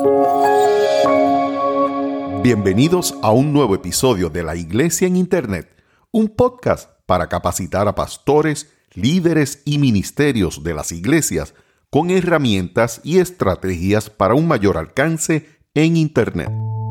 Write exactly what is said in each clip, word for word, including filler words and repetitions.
Bienvenidos a un nuevo episodio de La Iglesia en Internet, un podcast para capacitar a pastores, líderes y ministerios de las iglesias con herramientas y estrategias para un mayor alcance en Internet.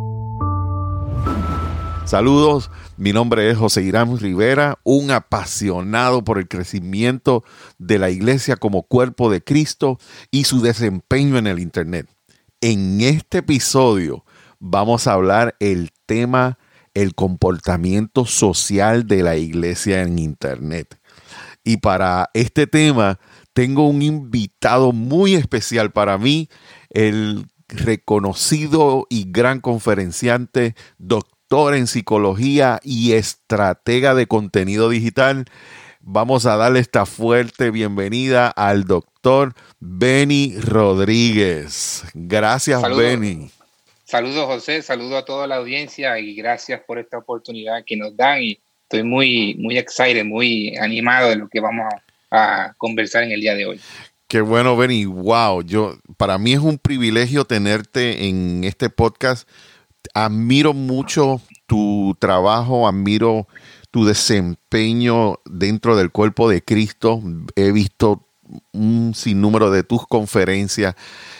Saludos, mi nombre es José Irán Rivera, un apasionado por el crecimiento de la iglesia como cuerpo de Cristo y su desempeño en el Internet. En este episodio vamos a hablar el tema, el comportamiento social de la iglesia en Internet. Y para este tema tengo un invitado muy especial para mí, el reconocido y gran conferenciante, doctor en psicología y estratega de contenido digital. Vamos a darle esta fuerte bienvenida al doctor Benny Rodríguez. Gracias, Saludos. Benny. Saludos, José, saludos a toda la audiencia y gracias por esta oportunidad que nos dan y estoy muy, muy excited, muy animado de lo que vamos a, a conversar en el día de hoy. Qué bueno, Benny. Wow, yo, para mí es un privilegio tenerte en este podcast. Admiro mucho tu trabajo, admiro tu desempeño dentro del cuerpo de Cristo. He visto un sinnúmero de tus conferencias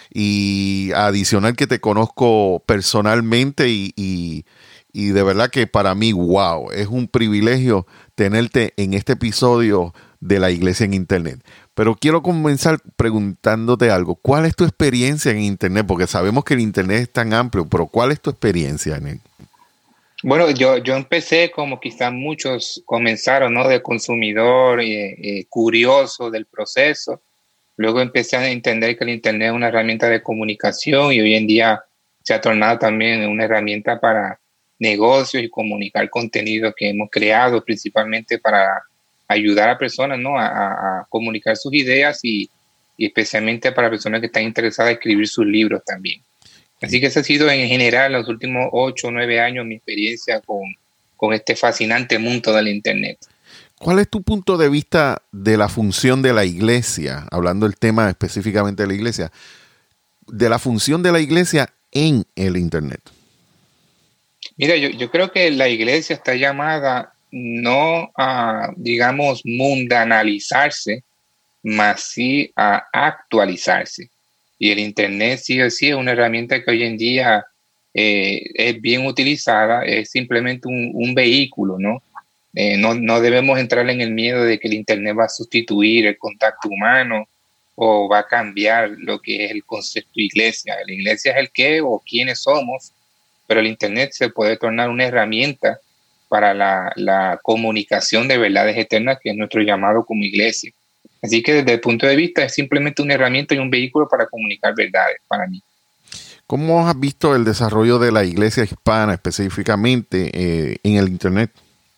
y adicional que te conozco personalmente y, y, y de verdad que para mí, wow, es un privilegio tenerte en este episodio de La Iglesia en Internet. Pero quiero comenzar preguntándote algo. ¿Cuál es tu experiencia en Internet? Porque sabemos que el Internet es tan amplio, pero ¿cuál es tu experiencia en él? Bueno, yo, yo empecé como quizás muchos comenzaron, ¿no? De consumidor, eh, eh, curioso del proceso. Luego empecé a entender que el Internet es una herramienta de comunicación y hoy en día se ha tornado también una herramienta para negocios y comunicar contenido que hemos creado principalmente para ayudar a personas, ¿no? a, a comunicar sus ideas y, y especialmente para personas que están interesadas en escribir sus libros también. Así que esa ha sido en general los últimos ocho o nueve años mi experiencia con, con este fascinante mundo del Internet. ¿Cuál es tu punto de vista de la función de la iglesia, hablando del tema específicamente de la iglesia, de la función de la iglesia en el Internet? Mira, yo, yo creo que la iglesia está llamada no a, digamos, mundanalizarse, más sí a actualizarse. Y el Internet sí o sí es una herramienta que hoy en día eh, es bien utilizada, es simplemente un, un vehículo, ¿no? Eh, no, no debemos entrar en el miedo de que el Internet va a sustituir el contacto humano o va a cambiar lo que es el concepto de iglesia. La iglesia es el qué o quiénes somos, pero el Internet se puede tornar una herramienta para la, la comunicación de verdades eternas, que es nuestro llamado como iglesia. Así que desde el punto de vista es simplemente una herramienta y un vehículo para comunicar verdades para mí. ¿Cómo has visto el desarrollo de la iglesia hispana específicamente eh, en el Internet?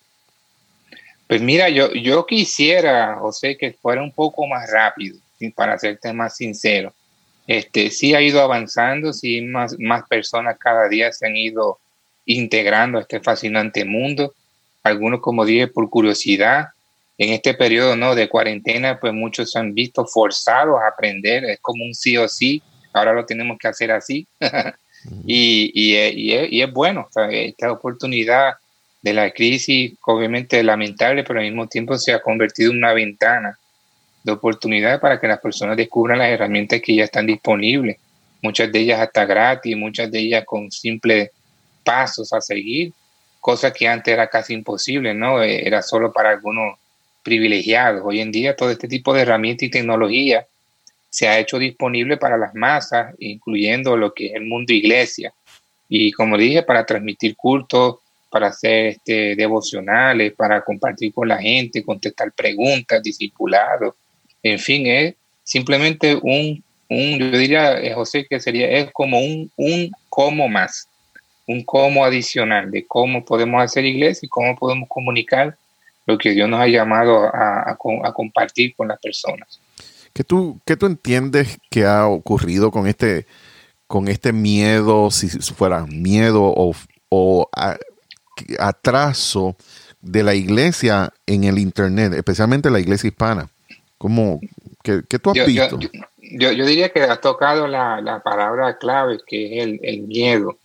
Pues mira, yo, yo quisiera, José, que fuera un poco más rápido, para serte más sincero. Este, sí ha ido avanzando, sí más, más personas cada día se han ido integrando a este fascinante mundo. Algunos, como dije, por curiosidad. En este periodo, ¿no? de cuarentena, pues muchos se han visto forzados a aprender. Es como un sí o sí. Ahora lo tenemos que hacer así. y, y, y, es, y es bueno. O sea, esta oportunidad de la crisis, obviamente lamentable, pero al mismo tiempo se ha convertido en una ventana de oportunidad para que las personas descubran las herramientas que ya están disponibles. Muchas de ellas hasta gratis, muchas de ellas con simples pasos a seguir, cosa que antes era casi imposible, ¿no? Era solo para algunos privilegiados. Hoy en día todo este tipo de herramientas y tecnología se ha hecho disponible para las masas, incluyendo lo que es el mundo iglesia. Y como dije, para transmitir cultos, para hacer este, devocionales, para compartir con la gente, contestar preguntas, discipulados. En fin, es simplemente un, un yo diría, eh, José, que sería, es como un, un cómo más. un cómo adicional de cómo podemos hacer iglesia y cómo podemos comunicar lo que Dios nos ha llamado a, a, a compartir con las personas. ¿Qué tú, qué tú entiendes que ha ocurrido con este, con este miedo, si fuera miedo o, o a, atraso de la iglesia en el Internet, especialmente la iglesia hispana? ¿Cómo, qué, qué tú has yo, visto? Yo, yo, yo, yo diría que has tocado la, la palabra clave, que es el, el miedo.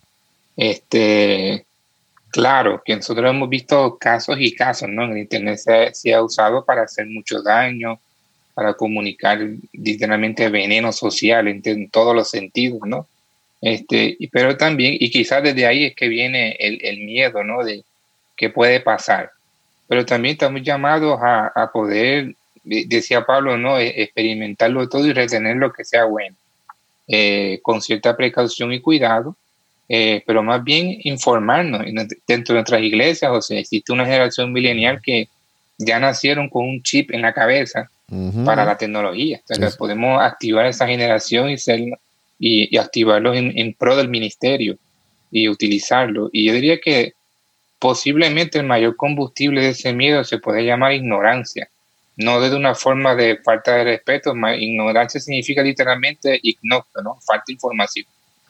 Este, claro, que nosotros hemos visto casos y casos, ¿no? En el Internet se, se ha usado para hacer mucho daño, para comunicar literalmente veneno social en, en todos los sentidos, ¿no? Este, y- pero también, y quizás desde ahí es que viene el, el miedo, ¿no? De qué puede pasar. Pero también estamos llamados a, a poder, de- decía Pablo, ¿no? E- experimentarlo todo y retener lo que sea bueno, eh, con cierta precaución y cuidado, eh, pero más bien informarnos en- dentro de nuestras iglesias. O sea, existe una generación milenial que ya nacieron con un chip en la cabeza para Ujú. la tecnología. O sea, que Es- podemos activar esa generación y, ser, y, y activarlos en, en pro del ministerio y utilizarlo. Y yo diría que posiblemente el mayor combustible de ese miedo se puede llamar ignorancia, no desde una forma de falta de respeto. ma- Ignorancia significa literalmente ignoto, ¿no? Falta de información.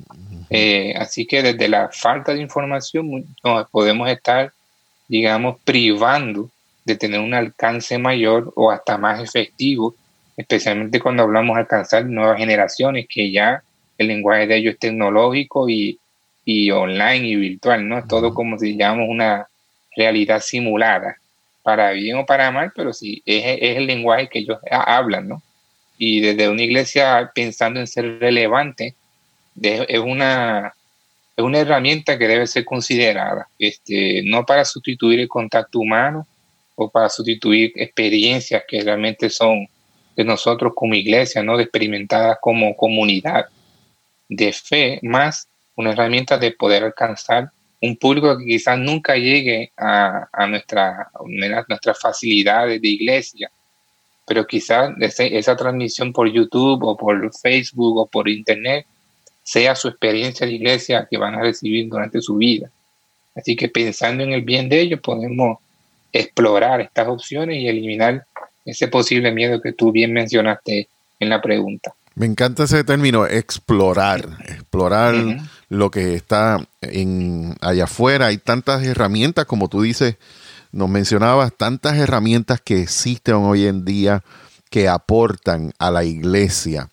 Eh, así que desde la falta de información mu- nos podemos estar, digamos, privando de tener un alcance mayor o hasta más efectivo, especialmente cuando hablamos de alcanzar nuevas generaciones, que ya el lenguaje de ellos es tecnológico y, y online y virtual, ¿no? Es todo como si llamamos una realidad simulada, para bien o para mal, pero sí, es, es el lenguaje que ellos ha- hablan, ¿no? Y desde una iglesia pensando en ser relevante, de- es una es una herramienta que debe ser considerada, este, no para sustituir el contacto humano o para sustituir experiencias que realmente son de nosotros como iglesia, ¿no? De experimentadas como comunidad de fe, más una herramienta de poder alcanzar un público que quizás nunca llegue a, a nuestra, a nuestras facilidades de iglesia, pero quizás ese, esa transmisión por YouTube o por Facebook o por Internet sea su experiencia de iglesia que van a recibir durante su vida. Así que pensando en el bien de ellos, podemos explorar estas opciones y eliminar ese posible miedo que tú bien mencionaste en la pregunta. Me encanta ese término, explorar, explorar Uh-huh. lo que está en, allá afuera. Hay tantas herramientas, como tú dices, nos mencionabas, tantas herramientas que existen hoy en día que aportan a la iglesia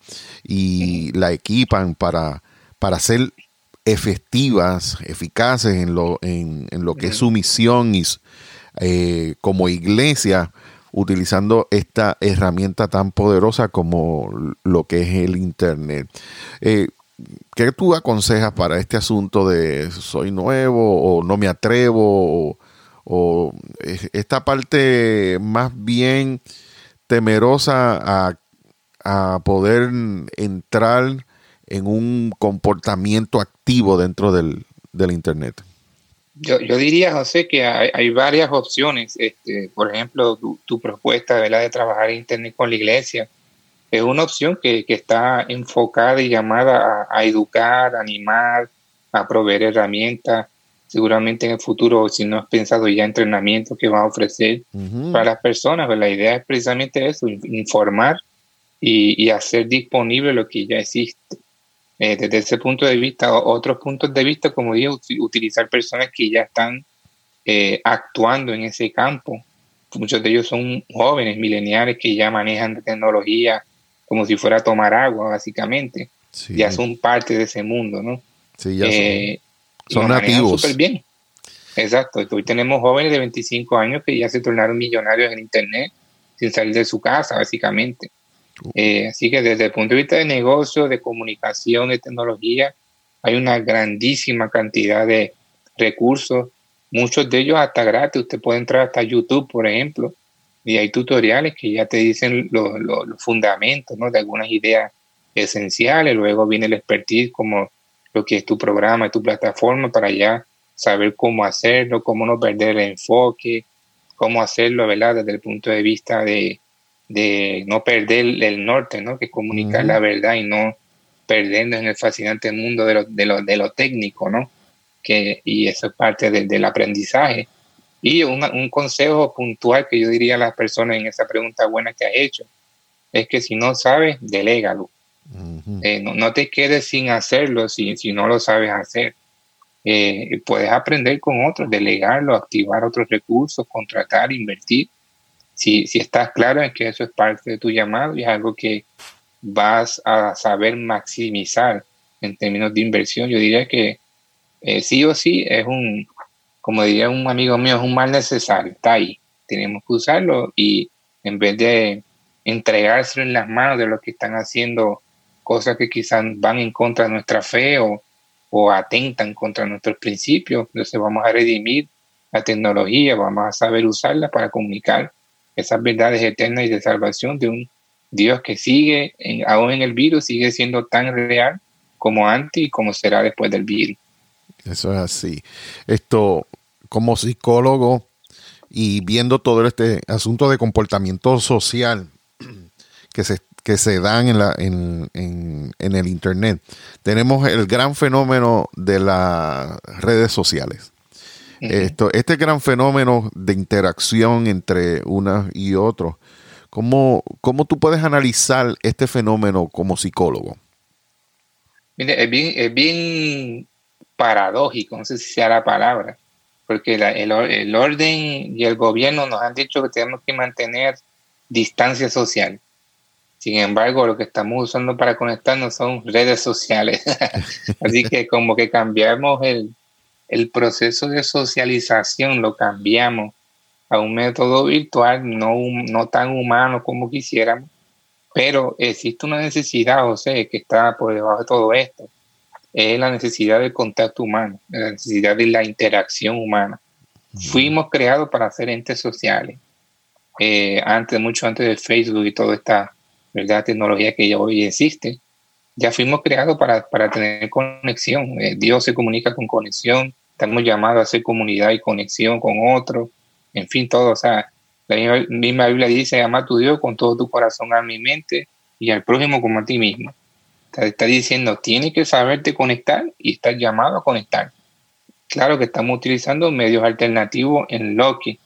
y Uh-huh. la equipan para, para ser efectivas, eficaces en lo, en, en lo que es Uh-huh. su misión y eh, como iglesia, utilizando esta herramienta tan poderosa como lo que es el Internet. Eh, ¿Qué tú aconsejas para este asunto de soy nuevo o no me atrevo o, o esta parte más bien temerosa a, a poder entrar en un comportamiento activo dentro del, del Internet? Yo, yo diría, José, que hay, hay varias opciones. Este, por ejemplo, tu, tu propuesta, ¿verdad?, de trabajar en Internet con la iglesia es una opción que, que está enfocada y llamada a, a educar, a animar, a proveer herramientas. Seguramente en el futuro, si no has pensado ya entrenamiento que va a ofrecer Uh-huh. para las personas, pues la idea es precisamente eso, informar y, y hacer disponible lo que ya existe. Eh, desde ese punto de vista, o- otros puntos de vista, como digo, uti- utilizar personas que ya están eh, actuando en ese campo. Muchos de ellos son jóvenes, mileniales, que ya manejan tecnología como si fuera a tomar agua, básicamente. Ya Sí, son parte de ese mundo, ¿no? sí, ya son, Eh, y son lo manejan súper nativos. bien. Exacto. Hoy tenemos jóvenes de veinticinco años que ya se tornaron millonarios en Internet sin salir de su casa, básicamente. Eh, así que desde el punto de vista de negocio, de comunicación, de tecnología, hay una grandísima cantidad de recursos, muchos de ellos hasta gratis. Usted puede entrar hasta YouTube, por ejemplo, y hay tutoriales que ya te dicen los, los, los fundamentos, ¿no?, de algunas ideas esenciales. Luego viene el expertise, como lo que es tu programa, tu plataforma, para ya saber cómo hacerlo, cómo no perder el enfoque, cómo hacerlo, ¿verdad?, desde el punto de vista de de no perder el norte, ¿no?, que es comunicar Uh-huh. la verdad y no perdernos en el fascinante mundo de lo, de lo, de lo técnico, ¿no? Que, y eso es parte de, del aprendizaje. Y una, un consejo puntual que yo diría a las personas en esa pregunta buena que has hecho es que si no sabes, delégalo. Uh-huh. Eh, no, no te quedes sin hacerlo si, si no lo sabes hacer. Eh, puedes aprender con otros, delegarlo, activar otros recursos, contratar, invertir. Si, si estás claro en que eso es parte de tu llamado y es algo que vas a saber maximizar en términos de inversión. Yo diría que eh, sí o sí es un, como diría un amigo mío, es un mal necesario, está ahí. Tenemos que usarlo y en vez de entregárselo en las manos de los que están haciendo cosas que quizás van en contra de nuestra fe o, o atentan contra nuestros principios, entonces vamos a redimir la tecnología, vamos a saber usarla para comunicar esas verdades eternas y de salvación de un Dios que sigue, en, aún en el virus, sigue siendo tan real como antes y como será después del virus. Eso es así. Esto, como psicólogo y viendo todo este asunto de comportamiento social que se, que se dan en, la, en, en, en el Internet, tenemos el gran fenómeno de las redes sociales. Uh-huh. Esto, este gran fenómeno de interacción entre unas y otros, ¿cómo, ¿cómo tú puedes analizar este fenómeno como psicólogo? Mire, es bien, es bien paradójico, no sé si sea la palabra, porque la, el, el orden y el gobierno nos han dicho que tenemos que mantener distancia social. Sin embargo, lo que estamos usando para conectarnos son redes sociales. Así que como que cambiamos el, el proceso de socialización, lo cambiamos a un método virtual, no, no tan humano como quisiéramos, pero existe una necesidad, José, que está por debajo de todo esto. Es la necesidad del contacto humano, la necesidad de la interacción humana. Uh-huh. Fuimos creados para ser entes sociales. Eh, antes, mucho antes de Facebook y toda esta ¿verdad? tecnología que ya hoy existe, ya fuimos creados para, para tener conexión. Eh, Dios se comunica con conexión, estamos llamados a hacer comunidad y conexión con otros, en fin, todo. O sea, la misma, misma Biblia dice, ama a tu Dios con todo tu corazón, alma y mente, y al prójimo como a ti mismo. Está, está diciendo, tienes que saberte conectar y estás llamado a conectar. Claro que estamos utilizando medios alternativos en lo que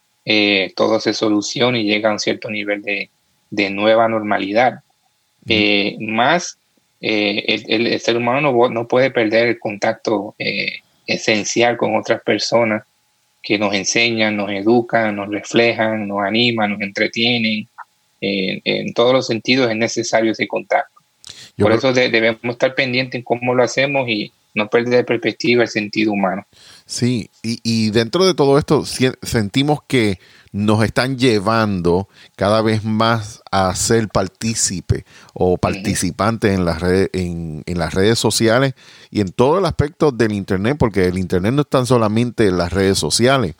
eh, todo se soluciona y llega a un cierto nivel de, de nueva normalidad. Mm. Eh, más, eh, el, el, el ser humano no, no puede perder el contacto eh, esencial con otras personas que nos enseñan, nos educan, nos reflejan, nos animan, nos entretienen. Eh, en todos los sentidos es necesario ese contacto. Yo Por creo... eso de, debemos estar pendientes en cómo lo hacemos y no perder de perspectiva el sentido humano. Sí, y, y dentro de todo esto sentimos que nos están llevando cada vez más a ser partícipe o participante uh-huh. en las redes, en, en las redes sociales y en todo el aspecto del Internet, porque el Internet no es tan solamente las redes sociales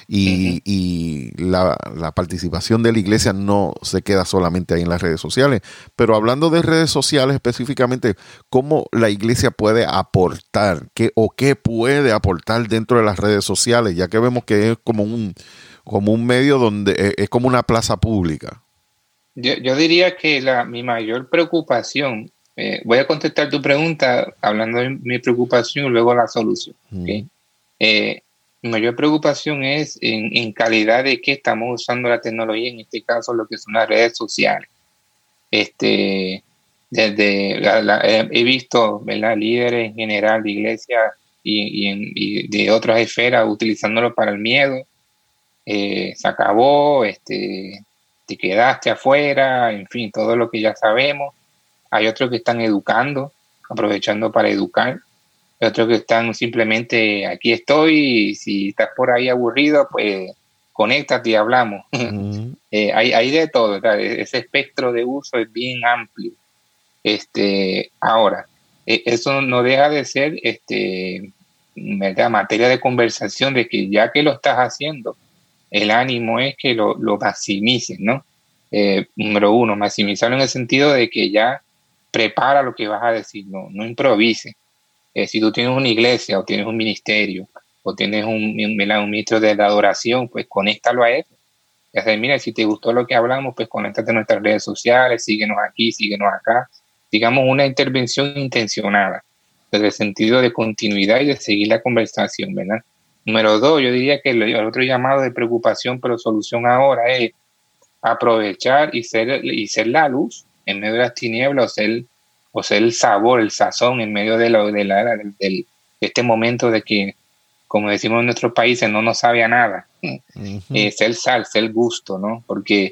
y, uh-huh. y la, la participación de la iglesia no se queda solamente ahí en las redes sociales. Pero hablando de redes sociales específicamente, ¿cómo la iglesia puede aportar qué, o qué puede aportar dentro de las redes sociales? Ya que vemos que es como un como un medio donde es como una plaza pública. Yo, yo diría que la, mi mayor preocupación, eh, voy a contestar tu pregunta hablando de mi preocupación y luego la solución. Mm. ¿Okay? Eh, mi mayor preocupación es en, en calidad de que estamos usando la tecnología, en este caso lo que son las redes sociales. Este, desde la, la, he visto ¿verdad? líderes en general de iglesia y, y, en, y de otras esferas utilizándolo para el miedo. Eh, se acabó, este, te quedaste afuera, en fin, todo lo que ya sabemos. Hay otros que están educando, aprovechando para educar. Hay otros que están simplemente, aquí estoy, y si estás por ahí aburrido, pues conéctate y hablamos. Uh-huh. eh, hay, hay de todo, ¿verdad? Ese espectro de uso es bien amplio. Este, ahora, eh, eso no deja de ser este, ¿verdad? materia de conversación de que ya que lo estás haciendo, el ánimo es que lo, lo maximices, ¿no? Eh, número uno, maximizarlo en el sentido de que ya prepara lo que vas a decir, no, no improvise. Eh, si tú tienes una iglesia o tienes un ministerio o tienes un, un, un ministro de la adoración, pues conéctalo a él. Ya sabes, mira, si te gustó lo que hablamos, pues conéctate a nuestras redes sociales, síguenos aquí, síguenos acá. Digamos, una intervención intencionada, desde el sentido de continuidad y de seguir la conversación, ¿verdad? Número dos, yo diría que el otro llamado de preocupación, pero solución ahora es aprovechar y ser, y ser la luz en medio de las tinieblas, o ser, o ser el sabor, el sazón en medio de, lo, de, la, de, de este momento de que, como decimos en nuestros países, no nos sabe a nada. Uh-huh. eh, ser sal, ser gusto, ¿no? Porque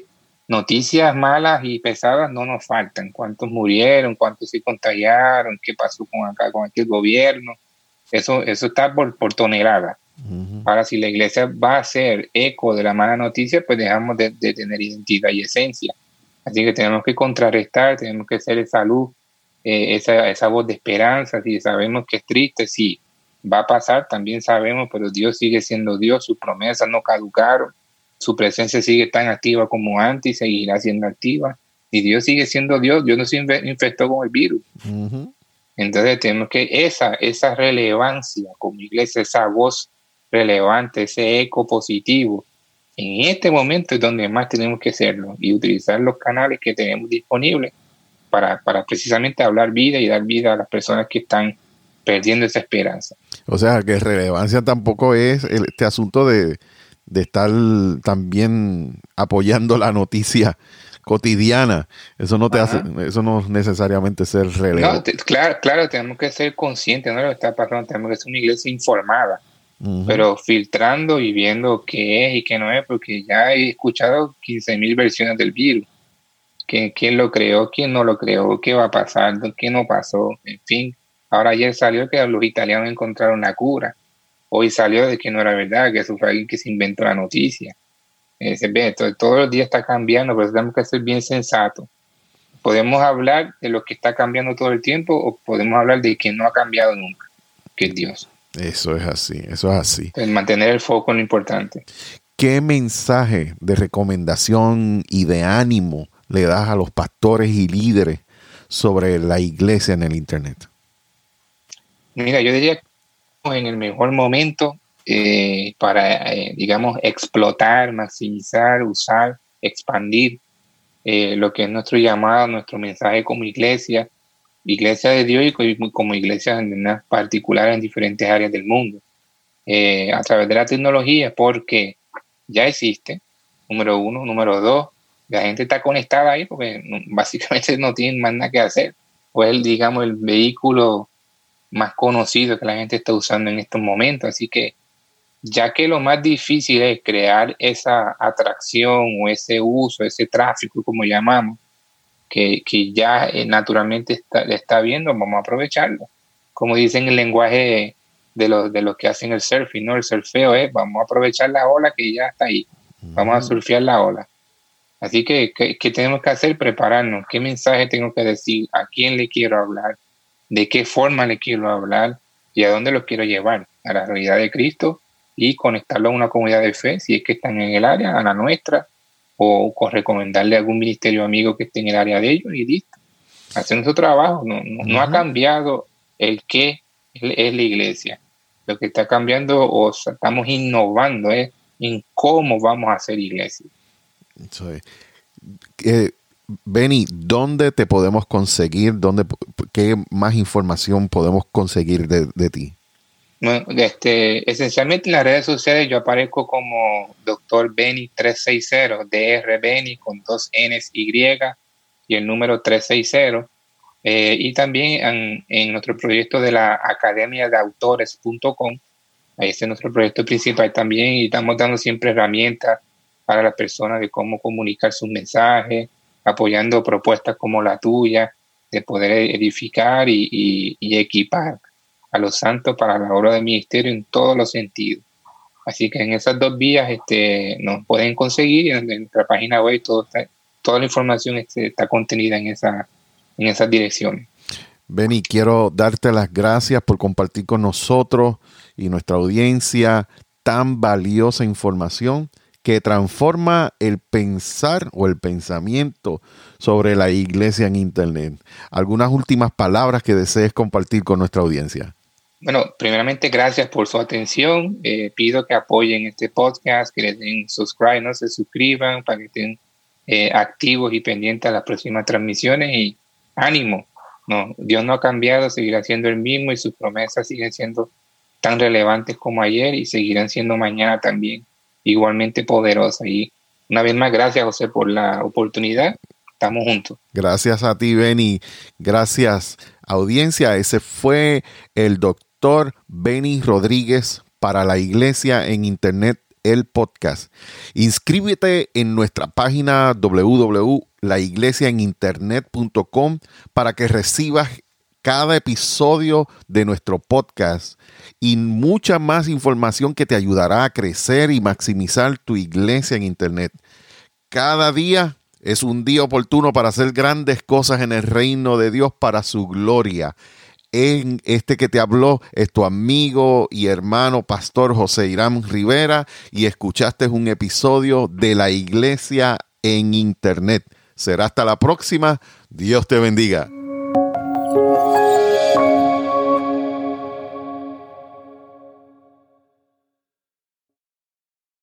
noticias malas y pesadas no nos faltan. ¿Cuántos murieron? ¿Cuántos se contagiaron? ¿Qué pasó con acá, con aquel gobierno? Eso, eso está por, por tonelada. Uh-huh. Ahora, si la iglesia va a hacer eco de la mala noticia, pues dejamos de, de tener identidad y esencia. Así que tenemos que contrarrestar, tenemos que hacer esa luz, eh, esa, esa voz de esperanza. Si sabemos que es triste, sí, va a pasar, también sabemos, pero Dios sigue siendo Dios, sus promesas no caducaron, su presencia sigue tan activa como antes y seguirá siendo activa. Y Dios sigue siendo Dios, Dios no se infectó con el virus. Uh-huh. Entonces tenemos que esa, esa relevancia como iglesia, esa voz relevante, ese eco positivo, en este momento es donde más tenemos que hacerlo y utilizar los canales que tenemos disponibles para, para precisamente hablar vida y dar vida a las personas que están perdiendo esa esperanza. O sea, que relevancia tampoco es el, este asunto de, de estar también apoyando la noticia cotidiana. Eso no te Ajá. hace, eso no es necesariamente ser relevante. No, te, claro, claro, tenemos que ser conscientes, ¿no? De lo que está pasando, tenemos que ser una iglesia informada. Uh-huh. Pero filtrando y viendo qué es y qué no es, porque ya he escuchado quince mil versiones del virus. ¿Quién, quién lo creó? ¿Quién no lo creó? ¿Qué va a pasar? ¿Qué no pasó? En fin, ahora ayer salió que los italianos encontraron la cura. Hoy salió de que no era verdad, que eso fue alguien que se inventó la noticia. Eh, se ve, todo, todos los días está cambiando, pero tenemos que ser bien sensatos. Podemos hablar de lo que está cambiando todo el tiempo o podemos hablar de que no ha cambiado nunca, que es Dios. Eso es así, eso es así. El mantener el foco es lo importante. ¿Qué mensaje de recomendación y de ánimo le das a los pastores y líderes sobre la iglesia en el Internet? Mira, yo diría que en el mejor momento eh, para, eh, digamos, explotar, maximizar, usar, expandir eh, lo que es nuestro llamado, nuestro mensaje como iglesia, iglesia de Dios y como iglesia en particular en diferentes áreas del mundo, eh, a través de la tecnología, porque ya existe, número uno. Número dos, la gente está conectada ahí porque básicamente no tienen más nada que hacer, o es, digamos, el vehículo más conocido que la gente está usando en estos momentos. Así que ya que lo más difícil es crear esa atracción o ese uso, ese tráfico, como llamamos, Que, que ya eh, naturalmente está, está viendo, vamos a aprovecharlo. Como dicen en el lenguaje de los de los que hacen el surfing, ¿no? El surfeo es, vamos a aprovechar la ola que ya está ahí, vamos a surfear la ola. Así que, ¿qué, qué tenemos que hacer? Prepararnos. ¿Qué mensaje tengo que decir? ¿A quién le quiero hablar? ¿De qué forma le quiero hablar? ¿Y a dónde lo quiero llevar? A la realidad de Cristo y conectarlo a una comunidad de fe, si es que están en el área, a la nuestra, o con recomendarle a algún ministerio amigo que esté en el área de ellos y listo. Hacer nuestro trabajo. No, no, uh-huh. no ha cambiado el qué es la iglesia. Lo que está cambiando o estamos innovando es en cómo vamos a hacer iglesia. Sí. Eh, Benny, ¿dónde te podemos conseguir? ¿Dónde, qué más información podemos conseguir de, de ti? Bueno, este, esencialmente en las redes sociales yo aparezco como doctor Benny trescientos sesenta, D R Benny con dos N's Y y el número trescientos sesenta. Eh, y también en, en nuestro proyecto de la academia de autores punto com. Ahí es nuestro proyecto principal también y estamos dando siempre herramientas para las personas de cómo comunicar sus mensajes, apoyando propuestas como la tuya, de poder edificar y, y, y equipar a los santos para la obra del ministerio en todos los sentidos. Así que en esas dos vías este, nos pueden conseguir y en, en nuestra página web todo está, toda la información este, está contenida en, esa, en esas direcciones. Benny, quiero darte las gracias por compartir con nosotros y nuestra audiencia tan valiosa información que transforma el pensar o el pensamiento sobre la iglesia en Internet. ¿Algunas últimas palabras que desees compartir con nuestra audiencia? Bueno, primeramente, gracias por su atención. Eh, pido que apoyen este podcast, que le den subscribe, no se suscriban para que estén eh, activos y pendientes a las próximas transmisiones. Y ánimo, no, Dios no ha cambiado, seguirá siendo el mismo y sus promesas siguen siendo tan relevantes como ayer y seguirán siendo mañana también igualmente poderosas. Y una vez más, gracias, José, por la oportunidad. Estamos juntos. Gracias a ti, Benny. Gracias, audiencia. Ese fue el doctor Benny Rodríguez para la iglesia en Internet el podcast. Inscríbete en nuestra página doble u doble u doble u punto la iglesia en internet punto com para que recibas cada episodio de nuestro podcast y mucha más información que te ayudará a crecer y maximizar tu iglesia en internet. Cada día es un día oportuno para hacer grandes cosas en el reino de Dios para su gloria. En este que te habló es tu amigo y hermano pastor José Irán Rivera y escuchaste un episodio de la iglesia en internet. Será hasta la próxima. Dios te bendiga.